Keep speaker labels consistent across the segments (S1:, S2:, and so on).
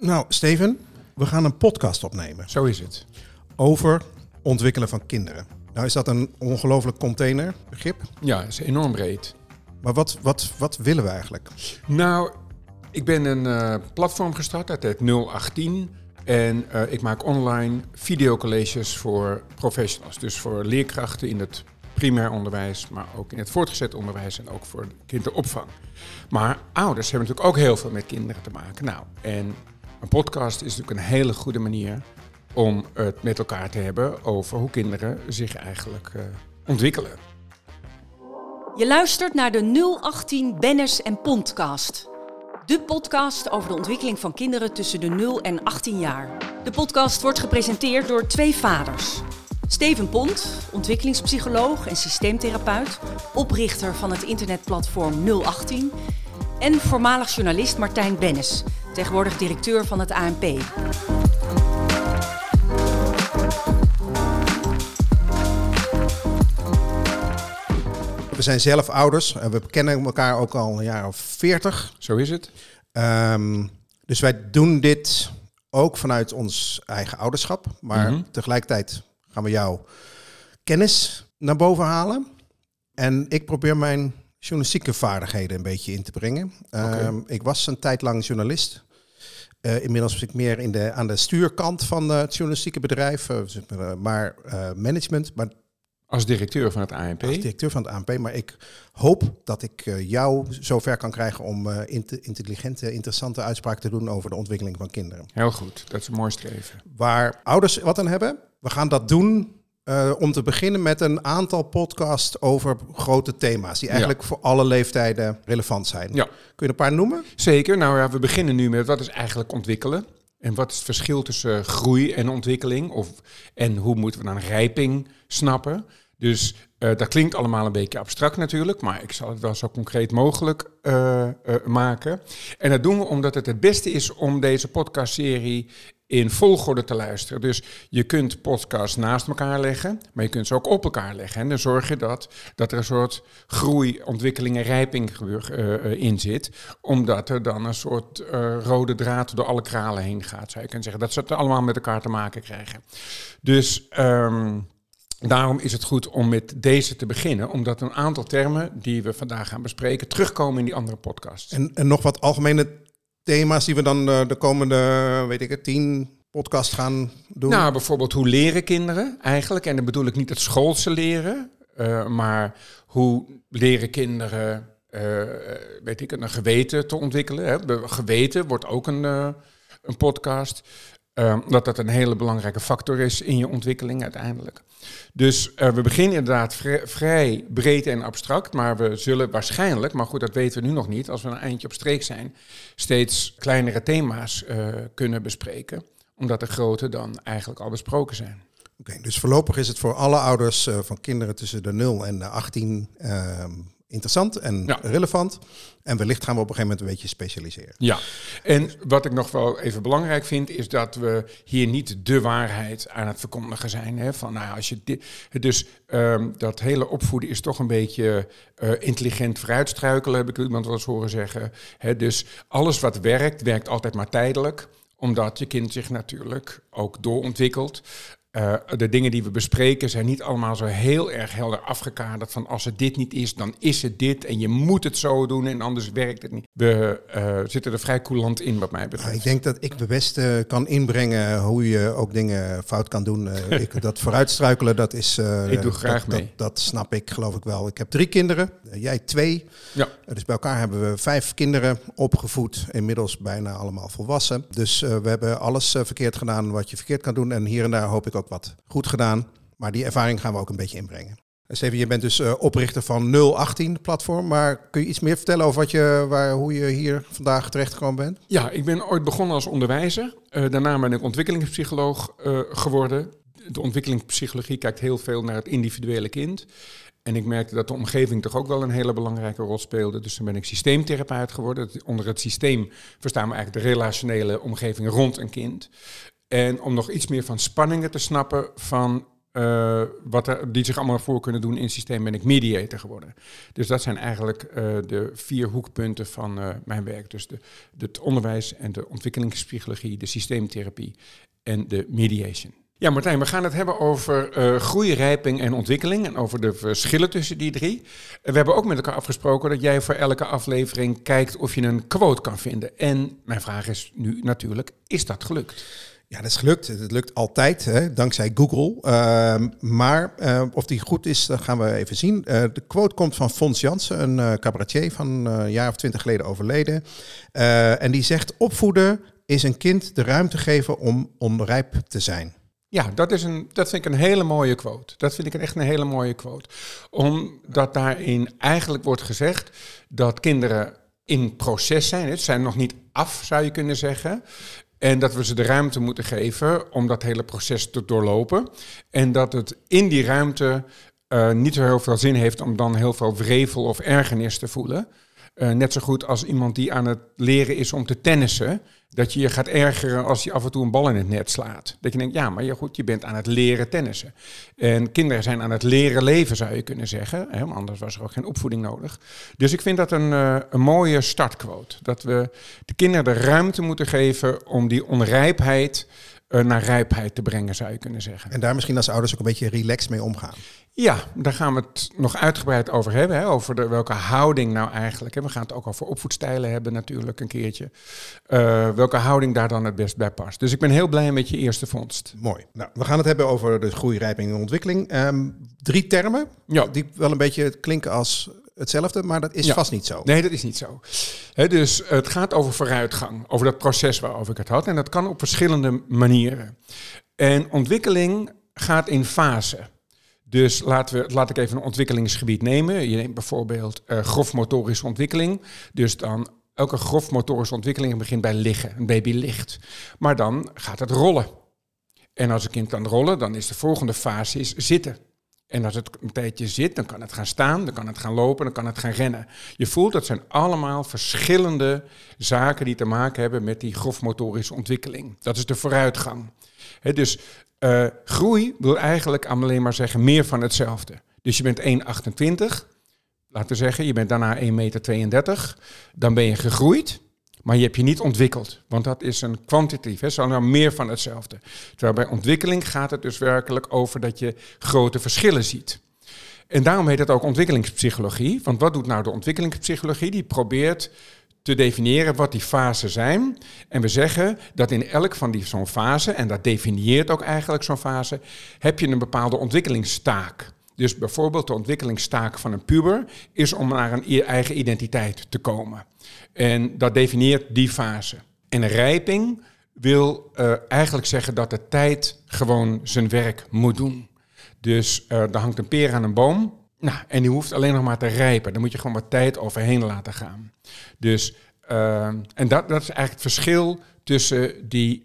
S1: Nou, Steven, we gaan een podcast opnemen.
S2: Zo is het.
S1: Over ontwikkelen van kinderen. Nou is dat een ongelooflijk containerbegrip.
S2: Ja, het is enorm breed.
S1: Maar wat willen we eigenlijk?
S2: Nou, ik ben een platform gestart, dat heet 018. En ik maak online videocolleges voor professionals. Dus voor leerkrachten in het primair onderwijs, maar ook in het voortgezet onderwijs en ook voor de kinderopvang. Maar ouders hebben natuurlijk ook heel veel met kinderen te maken. Nou, en een podcast is natuurlijk een hele goede manier om het met elkaar te hebben over hoe kinderen zich eigenlijk ontwikkelen.
S3: Je luistert naar de 018 Bennis en Pondcast. De podcast over de ontwikkeling van kinderen tussen de 0 en 18 jaar. De podcast wordt gepresenteerd door twee vaders. Steven Pond, ontwikkelingspsycholoog en systeemtherapeut, oprichter van het internetplatform 018. En voormalig journalist Martijn Bennis, tegenwoordig directeur van het ANP.
S1: We zijn zelf ouders en we kennen elkaar ook al een jaar of 40.
S2: Zo is het.
S1: Dus wij doen dit ook vanuit ons eigen ouderschap. Maar tegelijkertijd gaan we jouw kennis naar boven halen. En ik probeer mijn journalistieke vaardigheden een beetje in te brengen. Ik was een tijd lang journalist. Inmiddels was ik meer aan de stuurkant van het journalistieke bedrijf. Maar management. Maar
S2: als directeur van het ANP?
S1: Als directeur van het ANP. Maar ik hoop dat ik jou zover kan krijgen om intelligente, interessante uitspraken te doen over de ontwikkeling van kinderen.
S2: Heel goed, dat is een mooi streven.
S1: Waar ouders wat aan hebben. We gaan dat doen om te beginnen met een aantal podcasts over grote thema's. Die eigenlijk voor alle leeftijden relevant zijn. Ja. Kun je er een paar noemen?
S2: Zeker. Nou ja, we beginnen nu met wat is eigenlijk ontwikkelen. En wat is het verschil tussen groei en ontwikkeling? En hoe moeten we dan rijping snappen? Dus dat klinkt allemaal een beetje abstract natuurlijk, maar ik zal het wel zo concreet mogelijk maken. En dat doen we omdat het beste is om deze podcastserie in volgorde te luisteren. Dus je kunt podcasts naast elkaar leggen, maar je kunt ze ook op elkaar leggen. En dan zorg je dat er een soort groei, ontwikkeling en rijping in zit. Omdat er dan een soort rode draad door alle kralen heen gaat, zou je kunnen zeggen. Dat ze het allemaal met elkaar te maken krijgen. Dus daarom is het goed om met deze te beginnen, omdat een aantal termen die we vandaag gaan bespreken terugkomen in die andere podcasts.
S1: En nog wat algemene thema's die we dan de komende, 10 podcasts gaan doen?
S2: Nou, bijvoorbeeld hoe leren kinderen eigenlijk? En dan bedoel ik niet het schoolse leren, maar hoe leren kinderen, een geweten te ontwikkelen. Hè? Geweten wordt ook een podcast. Dat een hele belangrijke factor is in je ontwikkeling uiteindelijk. Dus we beginnen inderdaad vrij breed en abstract, maar we zullen waarschijnlijk, maar goed, dat weten we nu nog niet, als we een eindje op streek zijn, steeds kleinere thema's kunnen bespreken, omdat de grote dan eigenlijk al besproken zijn.
S1: Oké, dus voorlopig is het voor alle ouders van kinderen tussen de 0 en de 18 interessant en relevant. En wellicht gaan we op een gegeven moment een beetje specialiseren.
S2: Ja, en wat ik nog wel even belangrijk vind, is dat we hier niet de waarheid aan het verkondigen zijn. Hè? Van, nou, als je dat hele opvoeden is toch een beetje intelligent vooruitstruikelen, heb ik iemand wel eens horen zeggen. Hè? Dus alles wat werkt altijd maar tijdelijk, omdat je kind zich natuurlijk ook doorontwikkelt. De dingen die we bespreken zijn niet allemaal zo heel erg helder afgekaderd van als het dit niet is, dan is het dit en je moet het zo doen en anders werkt het niet. We zitten er vrij coulant in wat mij betreft.
S1: Ik denk dat ik de beste kan inbrengen hoe je ook dingen fout kan doen. Dat vooruitstruikelen, dat is...
S2: ik doe graag mee.
S1: Dat snap ik, geloof ik wel. Ik heb 3 kinderen, jij 2. Ja. Dus bij elkaar hebben we 5 kinderen opgevoed, inmiddels bijna allemaal volwassen. Dus we hebben alles verkeerd gedaan wat je verkeerd kan doen en hier en daar hoop ik ook wat goed gedaan. Maar die ervaring gaan we ook een beetje inbrengen. Steven, je bent dus oprichter van 018 platform. Maar kun je iets meer vertellen over hoe je hier vandaag terechtgekomen bent?
S2: Ja, ik ben ooit begonnen als onderwijzer. Daarna ben ik ontwikkelingspsycholoog geworden. De ontwikkelingspsychologie kijkt heel veel naar het individuele kind. En ik merkte dat de omgeving toch ook wel een hele belangrijke rol speelde. Dus toen ben ik systeemtherapeut geworden. Onder het systeem verstaan we eigenlijk de relationele omgeving rond een kind. En om nog iets meer van spanningen te snappen van die zich allemaal voor kunnen doen in het systeem, ben ik mediator geworden. Dus dat zijn eigenlijk de 4 hoekpunten van mijn werk. Dus het onderwijs en de ontwikkelingspsychologie, de systeemtherapie en de mediation. Ja, Martijn, we gaan het hebben over groei, rijping en ontwikkeling en over de verschillen tussen die 3. We hebben ook met elkaar afgesproken dat jij voor elke aflevering kijkt of je een quote kan vinden. En mijn vraag is nu natuurlijk, is dat gelukt?
S1: Ja, dat is gelukt. Het lukt altijd, hè, dankzij Google. Maar of die goed is, dat gaan we even zien. De quote komt van Fons Jansen, een cabaretier van een jaar of 20 geleden overleden. En die zegt, opvoeden is een kind de ruimte geven om onrijp te zijn.
S2: Ja, dat vind ik een hele mooie quote. Dat vind ik echt een hele mooie quote. Omdat daarin eigenlijk wordt gezegd dat kinderen in proces zijn. Ze zijn nog niet af, zou je kunnen zeggen. En dat we ze de ruimte moeten geven om dat hele proces te doorlopen. En dat het in die ruimte niet zo heel veel zin heeft om dan heel veel wrevel of ergernis te voelen. Net zo goed als iemand die aan het leren is om te tennissen. Dat je je gaat ergeren als je af en toe een bal in het net slaat. Dat je denkt, ja, maar goed, je bent aan het leren tennissen. En kinderen zijn aan het leren leven, zou je kunnen zeggen. Hè, anders was er ook geen opvoeding nodig. Dus ik vind dat een mooie startquote. Dat we de kinderen de ruimte moeten geven om die onrijpheid naar rijpheid te brengen, zou je kunnen zeggen.
S1: En daar misschien als ouders ook een beetje relaxed mee omgaan.
S2: Ja, daar gaan we het nog uitgebreid over hebben. Hè? Over welke houding nou eigenlijk. Hè? We gaan het ook over opvoedstijlen hebben natuurlijk een keertje. Welke houding daar dan het best bij past. Dus ik ben heel blij met je eerste vondst.
S1: Mooi. Nou, we gaan het hebben over de groei, rijping en ontwikkeling. 3 termen die wel een beetje klinken als hetzelfde, maar dat is vast niet zo.
S2: Nee, dat is niet zo. Dus het gaat over vooruitgang, over dat proces waarover ik het had. En dat kan op verschillende manieren. En ontwikkeling gaat in fasen. Dus laat ik even een ontwikkelingsgebied nemen. Je neemt bijvoorbeeld grofmotorische ontwikkeling. Dus dan elke grofmotorische ontwikkeling begint bij liggen. Een baby ligt. Maar dan gaat het rollen. En als een kind kan rollen, dan is de volgende fase is zitten. En als het een tijdje zit, dan kan het gaan staan, dan kan het gaan lopen, dan kan het gaan rennen. Je voelt, dat zijn allemaal verschillende zaken die te maken hebben met die grofmotorische ontwikkeling. Dat is de vooruitgang. Dus groei wil eigenlijk alleen maar zeggen meer van hetzelfde. Dus je bent 1,28, laten we zeggen, je bent daarna 1,32 meter. Dan ben je gegroeid, maar je hebt je niet ontwikkeld. Want dat is een kwantitatief, het is allemaal meer van hetzelfde. Terwijl bij ontwikkeling gaat het dus werkelijk over dat je grote verschillen ziet. En daarom heet het ook ontwikkelingspsychologie. Want wat doet nou de ontwikkelingspsychologie? Die probeert te definiëren wat die fasen zijn. En we zeggen dat in elk van zo'n fase, en dat definieert ook eigenlijk zo'n fase, heb je een bepaalde ontwikkelingstaak. Dus bijvoorbeeld de ontwikkelingstaak van een puber is om naar een eigen identiteit te komen. En dat definieert die fase. En een rijping wil eigenlijk zeggen dat de tijd gewoon zijn werk moet doen. Dus er hangt een peer aan een boom. Nou, en die hoeft alleen nog maar te rijpen. Daar moet je gewoon wat tijd overheen laten gaan. Dus, en dat is eigenlijk het verschil tussen die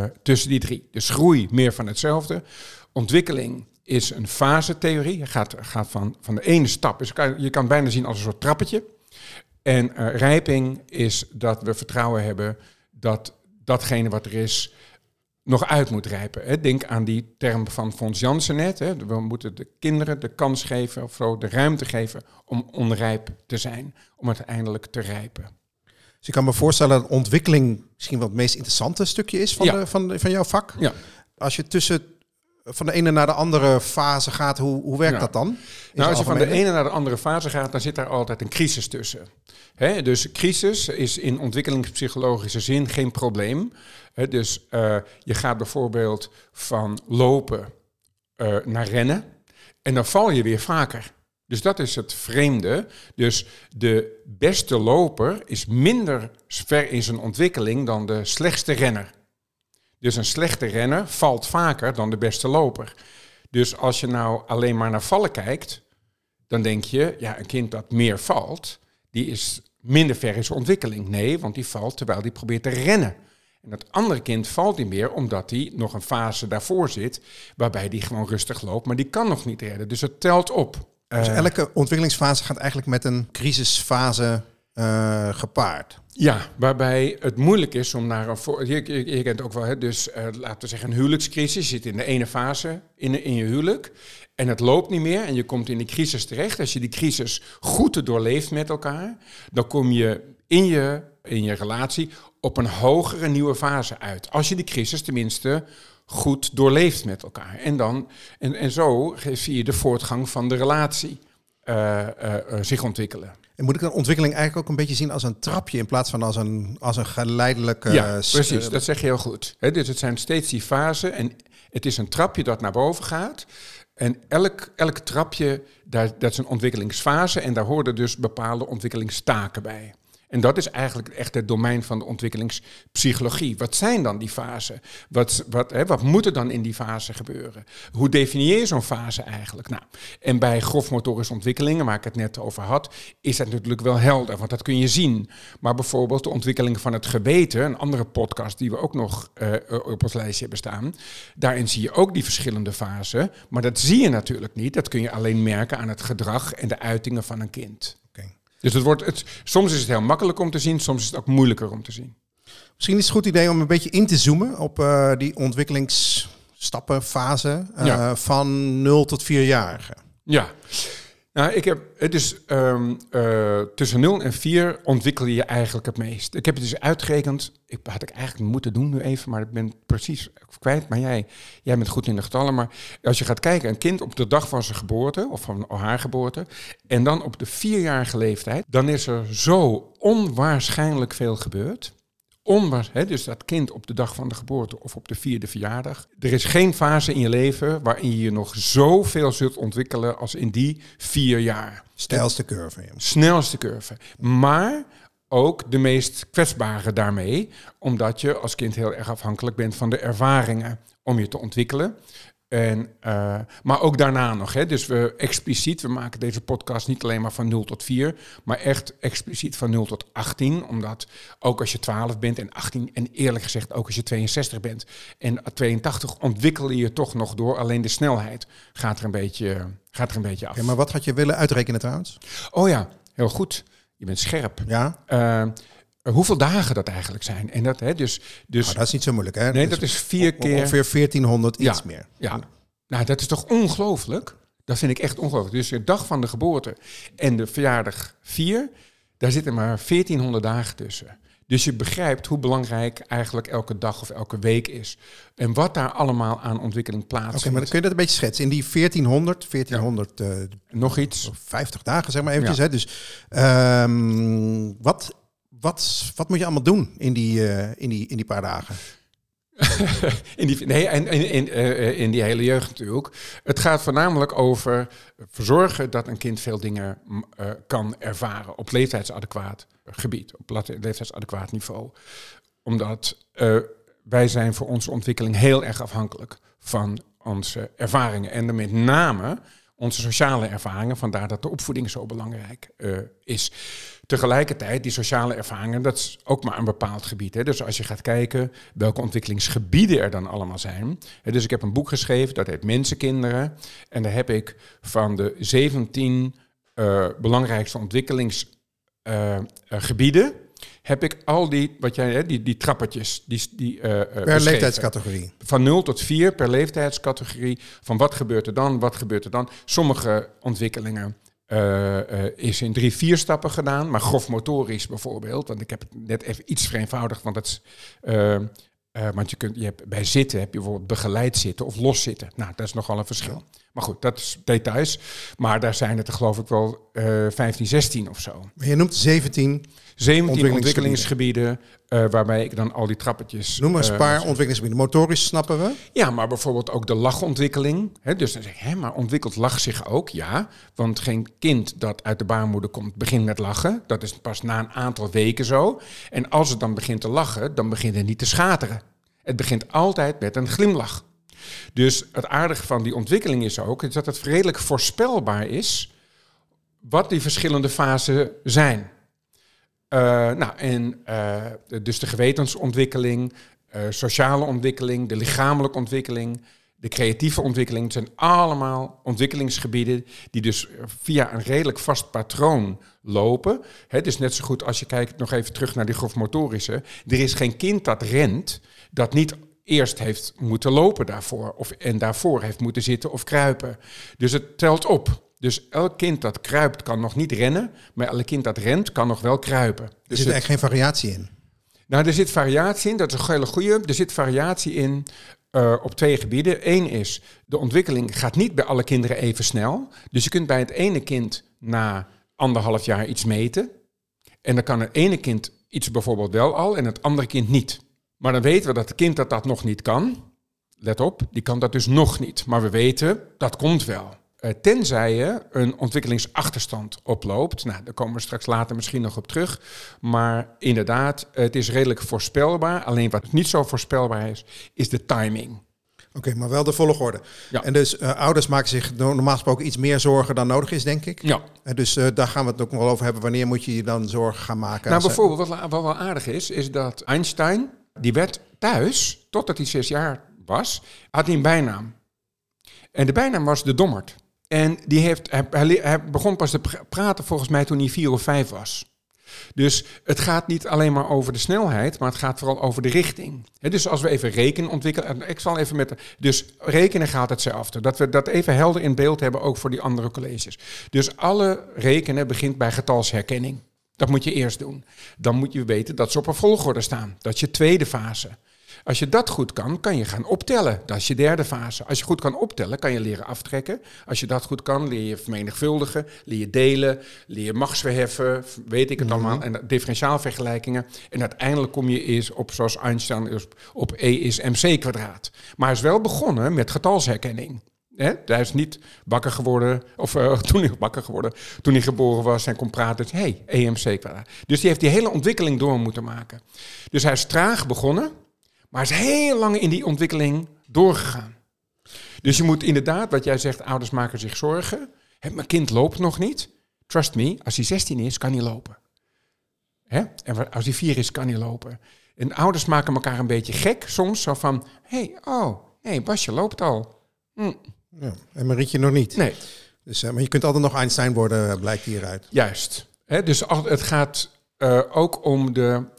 S2: 3. Dus groei, meer van hetzelfde. Ontwikkeling is een fasetheorie. Je gaat van de ene stap. Dus je kan het bijna zien als een soort trappetje. En rijping is dat we vertrouwen hebben dat datgene wat er is nog uit moet rijpen. Denk aan die term van Fons Jansen net. We moeten de kinderen de kans geven, of zo, de ruimte geven om onrijp te zijn. Om uiteindelijk te rijpen.
S1: Dus ik kan me voorstellen dat ontwikkeling misschien wel het meest interessante stukje is van jouw vak. Ja. Als je van de ene naar de andere fase gaat, hoe werkt dat dan?
S2: Nou, als je van de ene naar de andere fase gaat, dan zit daar altijd een crisis tussen. Dus crisis is in ontwikkelingspsychologische zin geen probleem. Dus je gaat bijvoorbeeld van lopen naar rennen en dan val je weer vaker. Dus dat is het vreemde. Dus de beste loper is minder ver in zijn ontwikkeling dan de slechtste renner. Dus een slechte renner valt vaker dan de beste loper. Dus als je nou alleen maar naar vallen kijkt, dan denk je, ja, een kind dat meer valt, die is minder ver in zijn ontwikkeling. Nee, want die valt terwijl die probeert te rennen. En dat andere kind valt niet meer omdat hij nog een fase daarvoor zit, waarbij die gewoon rustig loopt, maar die kan nog niet redden. Dus het telt op.
S1: Dus elke ontwikkelingsfase gaat eigenlijk met een crisisfase gepaard.
S2: Ja, waarbij het moeilijk is om naar een... Je kent ook wel, hè, dus laten we zeggen een huwelijkscrisis. Je zit in de ene fase in je huwelijk en het loopt niet meer en je komt in die crisis terecht. Als je die crisis goed doorleeft met elkaar, dan kom je in je relatie op een hogere nieuwe fase uit. Als je die crisis tenminste goed doorleeft met elkaar. En zo zie je de voortgang van de relatie zich ontwikkelen.
S1: En moet ik een ontwikkeling eigenlijk ook een beetje zien als een trapje in plaats van als een geleidelijke...
S2: Ja, precies. Dat zeg je heel goed. Dus het zijn steeds die fasen en het is een trapje dat naar boven gaat. En elk trapje, dat is een ontwikkelingsfase en daar horen dus bepaalde ontwikkelingstaken bij. En dat is eigenlijk echt het domein van de ontwikkelingspsychologie. Wat zijn dan die fasen? Wat moet er dan in die fase gebeuren? Hoe definieer je zo'n fase eigenlijk? Nou, en bij grofmotorische ontwikkelingen, waar ik het net over had, is dat natuurlijk wel helder, want dat kun je zien. Maar bijvoorbeeld de ontwikkeling van het geweten, een andere podcast die we ook nog op ons lijstje hebben staan, daarin zie je ook die verschillende fasen, maar dat zie je natuurlijk niet. Dat kun je alleen merken aan het gedrag en de uitingen van een kind. Dus soms is het heel makkelijk om te zien, soms is het ook moeilijker om te zien.
S1: Misschien is het een goed idee om een beetje in te zoomen op die ontwikkelingsstappenfase van 0 tot 4-jarigen.
S2: Ja, nou, het is tussen 0 en 4 ontwikkel je eigenlijk het meest. Ik heb het dus uitgerekend, had ik eigenlijk moeten doen nu even, maar ik ben precies kwijt. Maar jij bent goed in de getallen. Maar als je gaat kijken, een kind op de dag van zijn geboorte, of van haar geboorte, en dan op de 4-jarige leeftijd, dan is er zo onwaarschijnlijk veel gebeurd. Dus dat kind op de dag van de geboorte of op de 4e verjaardag. Er is geen fase in je leven waarin je je nog zoveel zult ontwikkelen als in die 4 jaar.
S1: Snelste curve. Ja.
S2: Snelste curve. Maar ook de meest kwetsbare daarmee. Omdat je als kind heel erg afhankelijk bent van de ervaringen om je te ontwikkelen. Maar ook daarna nog. Dus we maken deze podcast niet alleen maar van 0 tot 4, maar echt expliciet van 0 tot 18. Omdat ook als je 12 bent en 18 en eerlijk gezegd ook als je 62 bent en 82 ontwikkel je toch nog door. Alleen de snelheid gaat er een beetje af.
S1: Ja, maar wat had je willen uitrekenen trouwens?
S2: Oh ja, heel goed. Je bent scherp.
S1: Ja.
S2: Hoeveel dagen dat eigenlijk zijn. En dat, dus
S1: dat is niet zo moeilijk, hè?
S2: Nee, dat is 4 keer...
S1: Ongeveer 1400 iets meer.
S2: Ja, nou dat is toch ongelooflijk? Dat vind ik echt ongelooflijk. Dus de dag van de geboorte en de verjaardag 4, daar zitten maar 1400 dagen tussen. Dus je begrijpt hoe belangrijk eigenlijk elke dag of elke week is. En wat daar allemaal aan ontwikkeling plaatsvindt.
S1: Oké, maar dan kun je dat een beetje schetsen. In die 1400
S2: nog iets.
S1: 50 dagen, zeg maar eventjes.
S2: Ja.
S1: Hè? Dus wat moet je allemaal doen in die paar dagen?
S2: In die hele jeugd natuurlijk. Het gaat voornamelijk over verzorgen dat een kind veel dingen kan ervaren op leeftijdsadequaat gebied, op leeftijdsadequaat niveau. Omdat wij zijn voor onze ontwikkeling heel erg afhankelijk van onze ervaringen en met name onze sociale ervaringen, vandaar dat de opvoeding zo belangrijk is. Tegelijkertijd, die sociale ervaringen, dat is ook maar een bepaald gebied. Hè. Dus als je gaat kijken welke ontwikkelingsgebieden er dan allemaal zijn. Dus ik heb een boek geschreven, dat heet Mensenkinderen. En daar heb ik van de 17 belangrijkste ontwikkelingsgebieden, heb ik al die trappetjes,
S1: per leeftijdscategorie.
S2: Van 0 tot 4 per leeftijdscategorie. Van wat gebeurt er dan? Sommige ontwikkelingen is in 3-4 stappen gedaan. Maar grofmotorisch bijvoorbeeld. Want ik heb het net even iets vereenvoudigd. Want dat is... want je hebt bij zitten heb je bijvoorbeeld begeleid zitten of los zitten. Nou, dat is nogal een verschil. Maar goed, dat is details. Maar daar zijn het er geloof ik wel 15, 16 of zo.
S1: Maar je noemt 17
S2: ontwikkelingsgebieden waarbij ik dan al die trappetjes...
S1: Noem maar eens een paar ontwikkelingsgebieden. Motorisch snappen we?
S2: Ja, maar bijvoorbeeld ook de lachontwikkeling. Dus dan zeg je, maar ontwikkelt lach zich ook? Ja, want geen kind dat uit de baarmoeder komt begint met lachen. Dat is pas na een aantal weken zo. En als het dan begint te lachen, dan begint het niet te schateren. Het begint altijd met een glimlach. Dus het aardige van die ontwikkeling is ook dat het redelijk voorspelbaar is wat die verschillende fasen zijn. Dus de gewetensontwikkeling, sociale ontwikkeling, de lichamelijke ontwikkeling, De creatieve ontwikkeling zijn allemaal ontwikkelingsgebieden die dus via een redelijk vast patroon lopen. Het is net zo goed als je kijkt nog even terug naar die grofmotorische. Er is geen kind dat rent dat niet eerst heeft moeten lopen daarvoor en daarvoor heeft moeten zitten of kruipen. Dus het telt op. Dus elk kind dat kruipt kan nog niet rennen, maar elk kind dat rent kan nog wel kruipen.
S1: Er
S2: Dus
S1: zit eigenlijk geen variatie in.
S2: Nou, er zit variatie in, dat is een hele goeie. Er zit variatie in op 2 gebieden. Eén is, de ontwikkeling gaat niet bij alle kinderen even snel. Dus je kunt bij het ene kind na 1,5 jaar iets meten. En dan kan het ene kind iets bijvoorbeeld wel al en het andere kind niet. Maar dan weten we dat het kind dat nog niet kan. Let op, die kan dat dus nog niet. Maar we weten, dat komt wel. Tenzij je een ontwikkelingsachterstand oploopt. Nou, daar komen we straks later misschien nog op terug. Maar inderdaad, het is redelijk voorspelbaar. Alleen wat niet zo voorspelbaar is de timing.
S1: Oké, maar wel de volgorde.
S2: Ja.
S1: En dus ouders maken zich normaal gesproken iets meer zorgen dan nodig is, denk ik.
S2: Ja.
S1: En dus daar gaan we het ook nog wel over hebben. Wanneer moet je je dan zorgen gaan maken?
S2: Nou, bijvoorbeeld, wat wel aardig is dat Einstein, die werd thuis, totdat hij 6 jaar was, had hij een bijnaam. En de bijnaam was de Dommerd. En hij begon pas te praten volgens mij toen hij 4 of 5 was. Dus het gaat niet alleen maar over de snelheid, maar het gaat vooral over de richting. Dus als we even rekenen ontwikkelen, ik zal even dus rekenen gaat hetzelfde. Dat we dat even helder in beeld hebben, ook voor die andere colleges. Dus alle rekenen begint bij getalsherkenning. Dat moet je eerst doen. Dan moet je weten dat ze op een volgorde staan. Dat is je tweede fase. Als je dat goed kan je gaan optellen. Dat is je derde fase. Als je goed kan optellen, kan je leren aftrekken. Als je dat goed kan, leer je vermenigvuldigen, leer je delen, leer je machtsverheffen, weet ik het allemaal, en differentiaalvergelijkingen. En uiteindelijk kom je eens op, zoals Einstein, op E is mc kwadraat. Maar hij is wel begonnen met getalsherkenning. Hij is niet wakker geworden, toen hij geboren was en kon praten. Dus, EMC kwadraat. Dus die heeft die hele ontwikkeling door moeten maken. Dus hij is traag begonnen, maar is heel lang in die ontwikkeling doorgegaan. Dus je moet inderdaad, wat jij zegt, ouders maken zich zorgen. Mijn kind loopt nog niet. Trust me, als hij 16 is, kan hij lopen. En als hij 4 is, kan hij lopen. En ouders maken elkaar een beetje gek soms. Zo van, Basje loopt al.
S1: Ja, en Marietje nog niet.
S2: Nee.
S1: Dus, maar je kunt altijd nog Einstein worden, blijkt hieruit.
S2: Juist. Dus het gaat ook om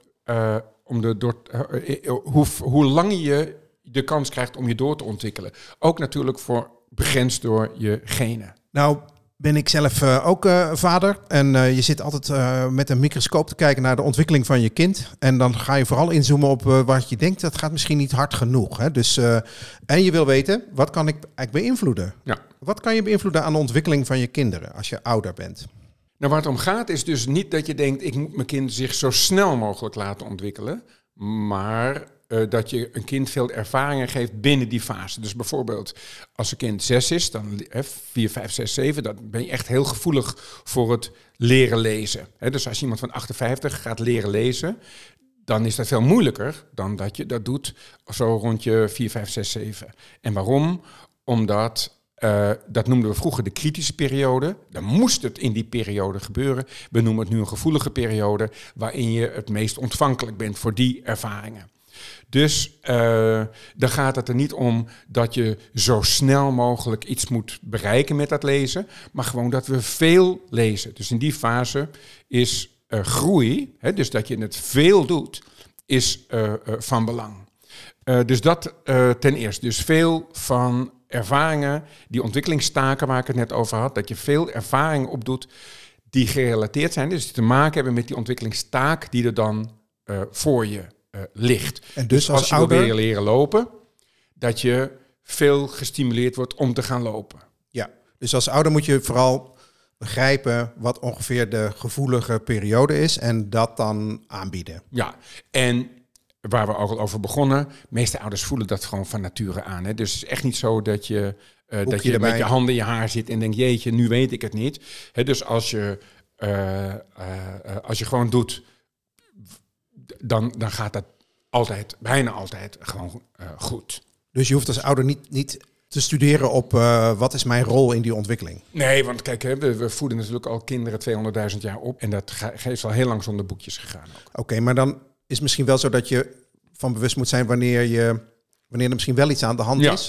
S2: hoe lang je de kans krijgt om je door te ontwikkelen. Ook natuurlijk begrensd door je genen.
S1: Nou, ben ik zelf ook vader. En je zit altijd met een microscoop te kijken naar de ontwikkeling van je kind. En dan ga je vooral inzoomen op wat je denkt, dat gaat misschien niet hard genoeg. Hè? Dus, en je wil weten, wat kan ik eigenlijk beïnvloeden?
S2: Ja.
S1: Wat kan je beïnvloeden aan de ontwikkeling van je kinderen als je ouder bent?
S2: Nou, waar het om gaat is dus niet dat je denkt, ik moet mijn kind zich zo snel mogelijk laten ontwikkelen. Maar dat je een kind veel ervaringen geeft binnen die fase. Dus bijvoorbeeld als een kind 6 is, dan 4, 5, 6, 7, dan ben je echt heel gevoelig voor het leren lezen. Dus als je iemand van 58 gaat leren lezen, dan is dat veel moeilijker dan dat je dat doet zo rond je 4, 5, 6, 7. En waarom? Omdat dat noemden we vroeger de kritische periode. Dan moest het in die periode gebeuren. We noemen het nu een gevoelige periode, waarin je het meest ontvankelijk bent voor die ervaringen. Dus dan gaat het er niet om dat je zo snel mogelijk iets moet bereiken met dat lezen, maar gewoon dat we veel lezen. Dus in die fase is groei, dus dat je het veel doet, is van belang. Dus dat ten eerste. Dus veel van ervaringen, die ontwikkelingstaken waar ik het net over had, dat je veel ervaringen opdoet die gerelateerd zijn, dus die te maken hebben met die ontwikkelingstaak die er dan voor je ligt.
S1: En dus
S2: als je
S1: ouder
S2: wil weer leren lopen, dat je veel gestimuleerd wordt om te gaan lopen.
S1: Ja, dus als ouder moet je vooral begrijpen wat ongeveer de gevoelige periode is en dat dan aanbieden.
S2: Ja, en waar we ook al over begonnen, de meeste ouders voelen dat gewoon van nature aan. Hè? Dus het is echt niet zo dat je met je handen in je haar zit en denkt, jeetje, nu weet ik het niet. Dus als je gewoon doet, dan gaat dat bijna altijd gewoon goed.
S1: Dus je hoeft als ouder niet te studeren op wat is mijn rol in die ontwikkeling?
S2: Nee, want kijk, we voeden natuurlijk al kinderen 200.000 jaar op. En dat heeft al heel lang zonder boekjes gegaan.
S1: Oké, maar dan is het misschien wel zo dat je van bewust moet zijn wanneer er misschien wel iets aan de hand is. Hè?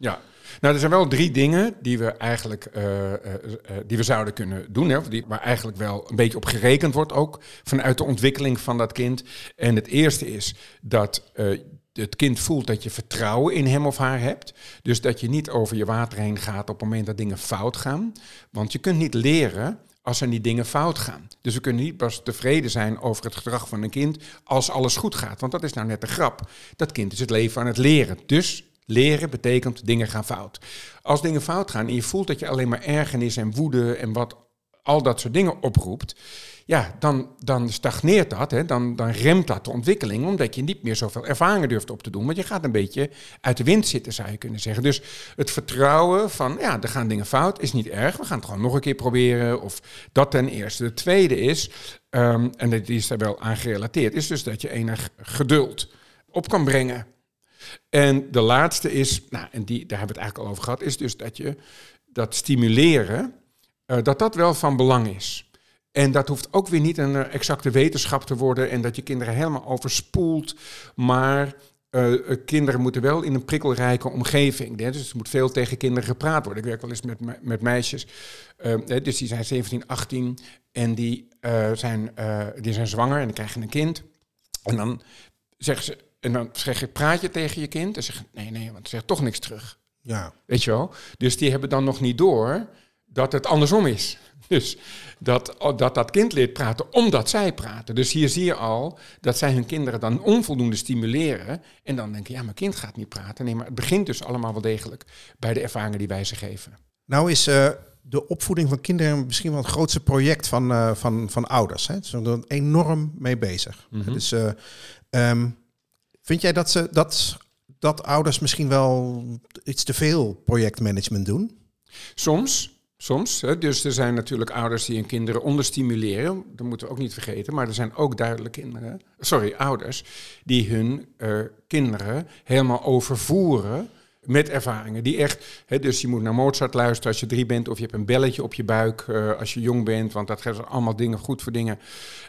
S2: Ja, nou er zijn wel 3 dingen die we eigenlijk die we zouden kunnen doen. Hè, waar eigenlijk wel een beetje op gerekend wordt ook vanuit de ontwikkeling van dat kind. En het eerste is dat het kind voelt dat je vertrouwen in hem of haar hebt. Dus dat je niet over je water heen gaat op het moment dat dingen fout gaan. Want je kunt niet leren als er niet dingen fout gaan. Dus we kunnen niet pas tevreden zijn over het gedrag van een kind als alles goed gaat. Want dat is nou net de grap. Dat kind is het leven aan het leren. Dus leren betekent dingen gaan fout. Als dingen fout gaan en je voelt dat je alleen maar ergernis en woede en wat al dat soort dingen oproept, ja, dan stagneert dat, hè? Dan remt dat de ontwikkeling, omdat je niet meer zoveel ervaringen durft op te doen. Want je gaat een beetje uit de wind zitten, zou je kunnen zeggen. Dus het vertrouwen van, ja, er gaan dingen fout, is niet erg. We gaan het gewoon nog een keer proberen, of dat ten eerste. De tweede is, en die is daar wel aan gerelateerd, is dus dat je enig geduld op kan brengen. En de laatste is, nou, en daar hebben we het eigenlijk al over gehad, is dus dat je dat stimuleren, dat wel van belang is. En dat hoeft ook weer niet een exacte wetenschap te worden en dat je kinderen helemaal overspoelt. Maar kinderen moeten wel in een prikkelrijke omgeving. Hè? Dus er moet veel tegen kinderen gepraat worden. Ik werk wel eens met meisjes, dus die zijn 17, 18 en die zijn zwanger en die krijgen een kind. En dan zeggen ze, praat je tegen je kind? En zeggen nee, want ze zegt toch niks terug.
S1: Ja.
S2: Weet je wel? Dus die hebben dan nog niet door dat het andersom is. Dus dat kind leert praten omdat zij praten. Dus hier zie je al dat zij hun kinderen dan onvoldoende stimuleren. En dan denken, ja, mijn kind gaat niet praten. Nee, maar het begint dus allemaal wel degelijk bij de ervaringen die wij ze geven.
S1: Nou is de opvoeding van kinderen misschien wel het grootste project van ouders. Hè? Ze zijn er enorm mee bezig.
S2: Mm-hmm.
S1: Dus vind jij dat ouders misschien wel iets te veel projectmanagement doen?
S2: Soms. Hè. Dus er zijn natuurlijk ouders die hun kinderen onderstimuleren. Dat moeten we ook niet vergeten. Maar er zijn ook duidelijk ouders die hun kinderen helemaal overvoeren met ervaringen. Die echt, hè, dus je moet naar Mozart luisteren als je 3 bent. Of je hebt een belletje op je buik als je jong bent. Want dat geeft allemaal dingen goed voor dingen.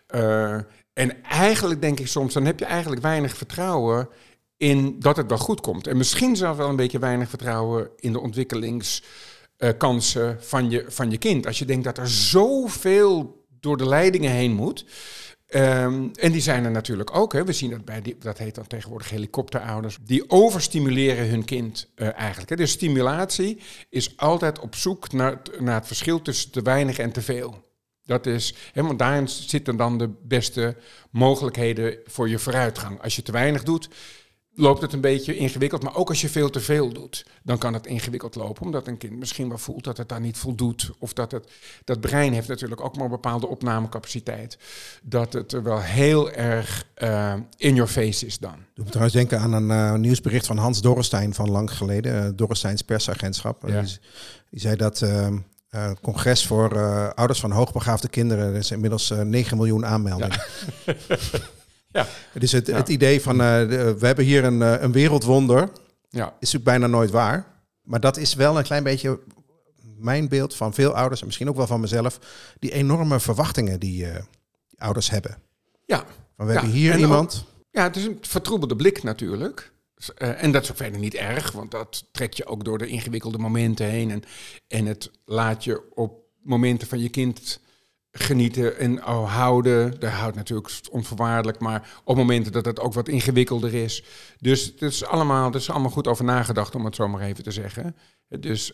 S2: En eigenlijk denk ik soms, dan heb je eigenlijk weinig vertrouwen in dat het wel goed komt. En misschien zelfs wel een beetje weinig vertrouwen in de ontwikkelingskansen van je kind. Als je denkt dat er zoveel door de leidingen heen moet. En die zijn er natuurlijk ook. Hè. We zien dat dat heet dan tegenwoordig helikopterouders. Die overstimuleren hun kind eigenlijk. Hè. Dus stimulatie is altijd op zoek naar het verschil tussen te weinig en te veel. Dat is, want daarin zitten dan de beste mogelijkheden voor je vooruitgang. Als je te weinig doet, loopt het een beetje ingewikkeld. Maar ook als je veel te veel doet, dan kan het ingewikkeld lopen. Omdat een kind misschien wel voelt dat het daar niet voldoet. Of dat brein heeft natuurlijk ook maar een bepaalde opnamecapaciteit. Dat het wel heel erg in your face is dan.
S1: Doe me trouwens denken aan een nieuwsbericht van Hans Dorrestein van lang geleden. Dorresteins persagentschap.
S2: Ja.
S1: Die zei dat congres voor ouders van hoogbegaafde kinderen. Er is inmiddels 9 miljoen aanmeldingen.
S2: Ja. Ja.
S1: Dus het idee van we hebben hier een wereldwonder,
S2: Ja.
S1: is natuurlijk bijna nooit waar. Maar dat is wel een klein beetje mijn beeld van veel ouders, en misschien ook wel van mezelf, die enorme verwachtingen die ouders hebben.
S2: Ja.
S1: Van, we hebben hier iemand.
S2: Het is een vertroebelde blik natuurlijk. En dat is ook verder niet erg, want dat trekt je ook door de ingewikkelde momenten heen. En het laat je op momenten van je kind genieten en houden. Daar houdt natuurlijk onvoorwaardelijk, maar op momenten dat het ook wat ingewikkelder is. Dus het is allemaal goed over nagedacht, om het zo maar even te zeggen. Dus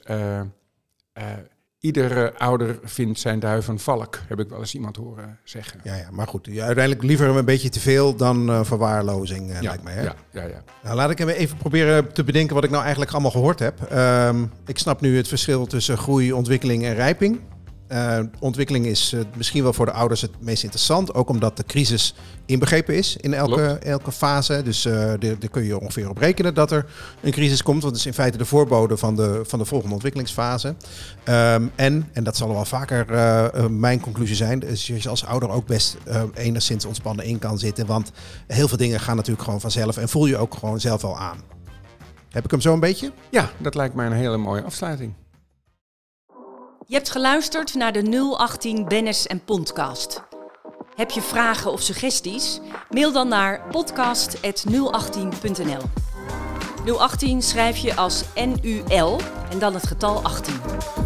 S2: iedere ouder vindt zijn duif een valk, heb ik wel eens iemand horen zeggen.
S1: Ja, maar goed, uiteindelijk liever een beetje te veel dan verwaarlozing, lijkt mij. Hè?
S2: Ja.
S1: Nou, laat ik even proberen te bedenken wat ik nou eigenlijk allemaal gehoord heb. Ik snap nu het verschil tussen groei, ontwikkeling en rijping. Ontwikkeling is misschien wel voor de ouders het meest interessant. Ook omdat de crisis inbegrepen is in elke fase. Dus daar kun je ongeveer op rekenen dat er een crisis komt. Want het is in feite de voorbode van de volgende ontwikkelingsfase. En dat zal wel vaker mijn conclusie zijn. Dus je als ouder ook best enigszins ontspannen in kan zitten. Want heel veel dingen gaan natuurlijk gewoon vanzelf. En voel je ook gewoon zelf al aan. Heb ik hem zo een beetje?
S2: Ja, dat lijkt mij een hele mooie afsluiting.
S3: Je hebt geluisterd naar de 018 Bennis en Podcast. Heb je vragen of suggesties? Mail dan naar podcast@018.nl. 018 schrijf je als NUL en dan het getal 18.